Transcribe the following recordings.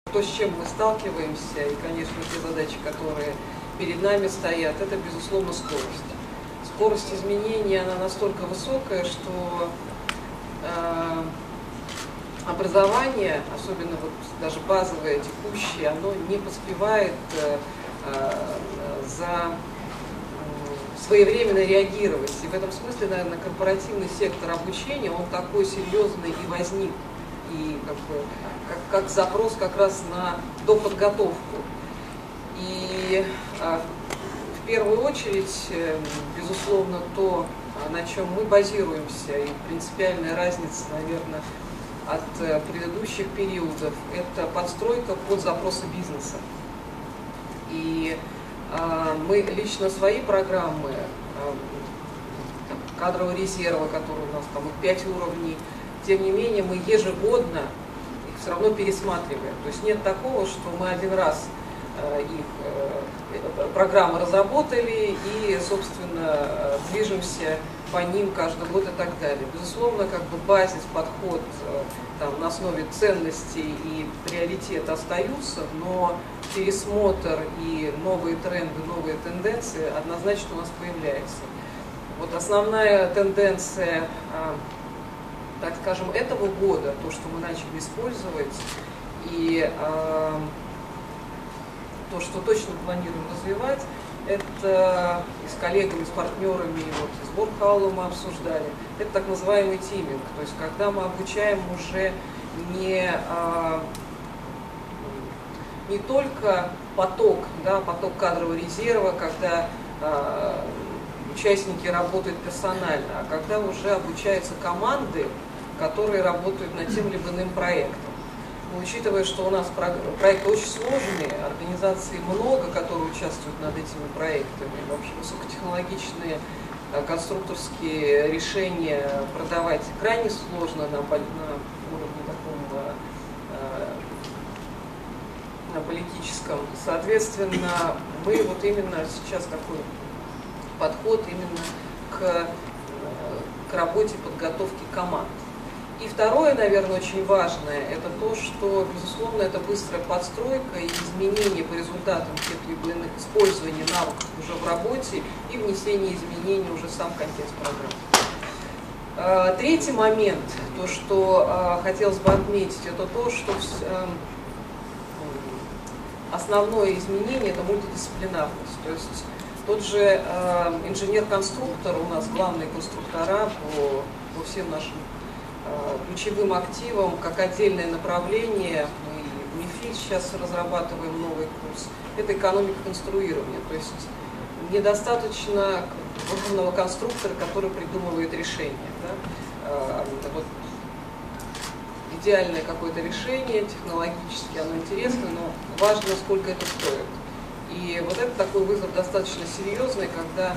То, с чем мы сталкиваемся, и, конечно, те задачи, которые перед нами стоят, это, безусловно, скорость. Скорость изменений, она настолько высокая, что образование, особенно вот даже базовое, текущее, оно не поспевает своевременно реагировать. И в этом смысле, наверное, корпоративный сектор обучения, он такой серьезный и возник. И как запрос как раз на доподготовку. И в первую очередь, безусловно, то, на чем мы базируемся, и принципиальная разница, наверное, от предыдущих периодов, это подстройка под запросы бизнеса. И мы лично свои программы кадрового резерва, которые у нас там 5 уровней, тем не менее мы ежегодно их все равно пересматриваем. То есть нет такого, что мы один раз программы разработали и, собственно, движемся по ним каждый год и так далее. Безусловно, как бы базис, подход там, на основе ценностей и приоритет остаются, но пересмотр и новые тренды, новые тенденции однозначно у нас появляются. Вот основная тенденция, так скажем, этого года, то, что мы начали использовать, и то, что точно планируем развивать, это и с коллегами, с партнерами, вот, и с Воркхаулом мы обсуждали, это так называемый тиминг, то есть когда мы обучаем уже не только поток, да, поток кадрового резерва, когда участники работают персонально, а когда уже обучаются команды, которые работают над тем либо иным проектом. Но учитывая, что у нас проекты очень сложные, организаций много, которые участвуют над этими проектами, вообще высокотехнологичные конструкторские решения продавать крайне сложно на уровне таком на политическом. Соответственно, мы вот именно сейчас такой подход именно к работе подготовки команд. И второе, наверное, очень важное, это то, что, безусловно, это быстрая подстройка и изменение по результатам тех-либо иных использования навыков уже в работе и внесение изменений уже в сам контекст программы. Третий момент, то, что хотелось бы отметить, это то, что основное изменение – это мультидисциплинарность. То есть тот же инженер-конструктор, у нас главные конструктора по всем нашим ключевым активам, как отдельное направление, мы в МИФИ сейчас разрабатываем новый курс, это экономика конструирования. То есть недостаточно опытного конструктора, который придумывает решение. Да? Вот идеальное какое-то решение, технологически оно интересно, но важно, сколько это стоит. И вот это такой вызов достаточно серьезный, когда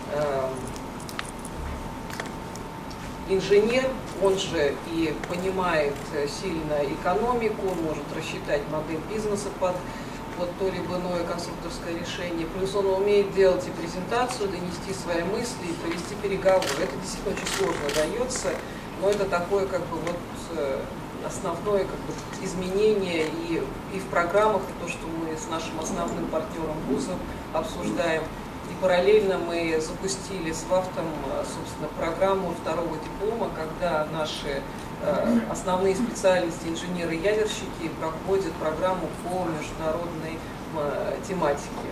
инженер, он же и понимает сильно экономику, он может рассчитать модель бизнеса под то либо иное конструкторское решение. Плюс он умеет делать и презентацию, донести свои мысли и провести переговоры. Это действительно очень сложно дается, но это такое как бы вот основное как бы изменение и в программах, и то, что мы с нашим основным партнером вузом обсуждаем. И параллельно мы запустили с ВАФТом, собственно, программу второго диплома, когда наши основные специалисты, инженеры-ядерщики проходят программу по международной тематике.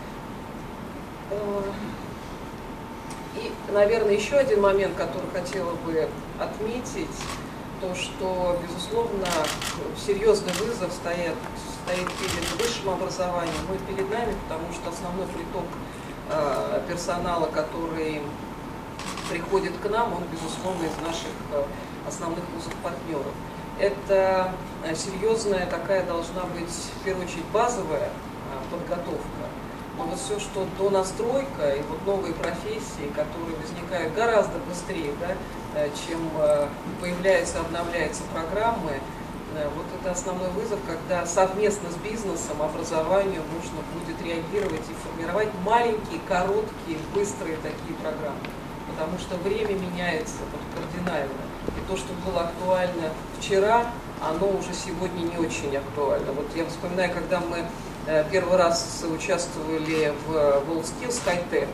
И, наверное, еще один момент, который хотела бы отметить, то, что, безусловно, серьезный вызов стоит перед высшим образованием, ну и перед нами, потому что основной приток персонала, который приходит к нам, он, безусловно, из наших основных вузов-партнеров. Это серьезная такая должна быть, в первую очередь, базовая подготовка. Но вот все, что донастройка и вот новые профессии, которые возникают гораздо быстрее, да, чем появляются, обновляются программы, вот это основной вызов, когда совместно с бизнесом, образованию нужно будет реагировать и формировать маленькие, короткие, быстрые такие программы. Потому что время меняется кардинально. И то, что было актуально вчера, оно уже сегодня не очень актуально. Вот я вспоминаю, когда мы первый раз участвовали в WorldSkills High-Tech,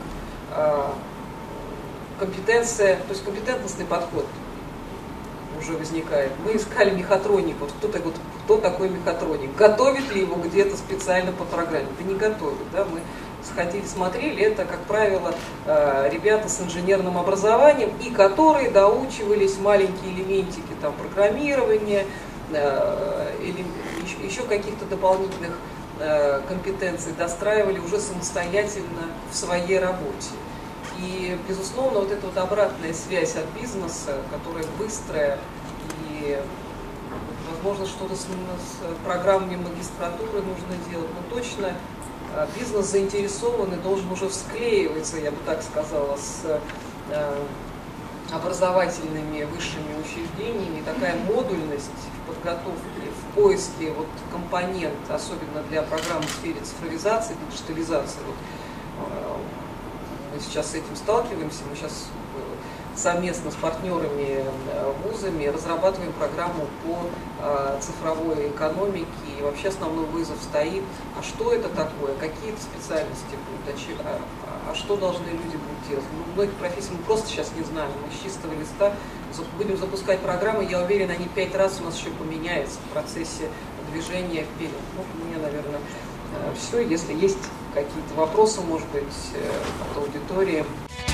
компетенция, то есть компетентностный подход уже возникает. Мы искали мехатроник. Вот кто такой мехатроник? Готовит ли его где-то специально по программе? Да не готовит. Да? Мы сходили, смотрели. Это, как правило, ребята с инженерным образованием, и которые доучивались маленькие элементики там, программирования, или еще каких-то дополнительных компетенций достраивали уже самостоятельно в своей работе. И, безусловно, вот эта вот обратная связь от бизнеса, которая быстрая, и, возможно, что-то с программами магистратуры нужно делать, но точно бизнес заинтересован и должен уже склеиваться, я бы так сказала, с образовательными высшими учреждениями. И такая модульность в подготовке, в поиске вот компонент, особенно для программ в сфере цифровизации, диджитализации. Мы сейчас с этим сталкиваемся, мы сейчас совместно с партнерами, вузами разрабатываем программу по цифровой экономике, и вообще основной вызов стоит, а что это такое, какие это специальности будут, а что должны люди будут делать. Многих профессий мы просто сейчас не знаем, мы с чистого листа будем запускать программы, я уверена, они 5 раз у нас еще поменяются в процессе движения вперед. Ну, у меня, наверное, все. Если есть какие-то вопросы, может быть, от аудитории.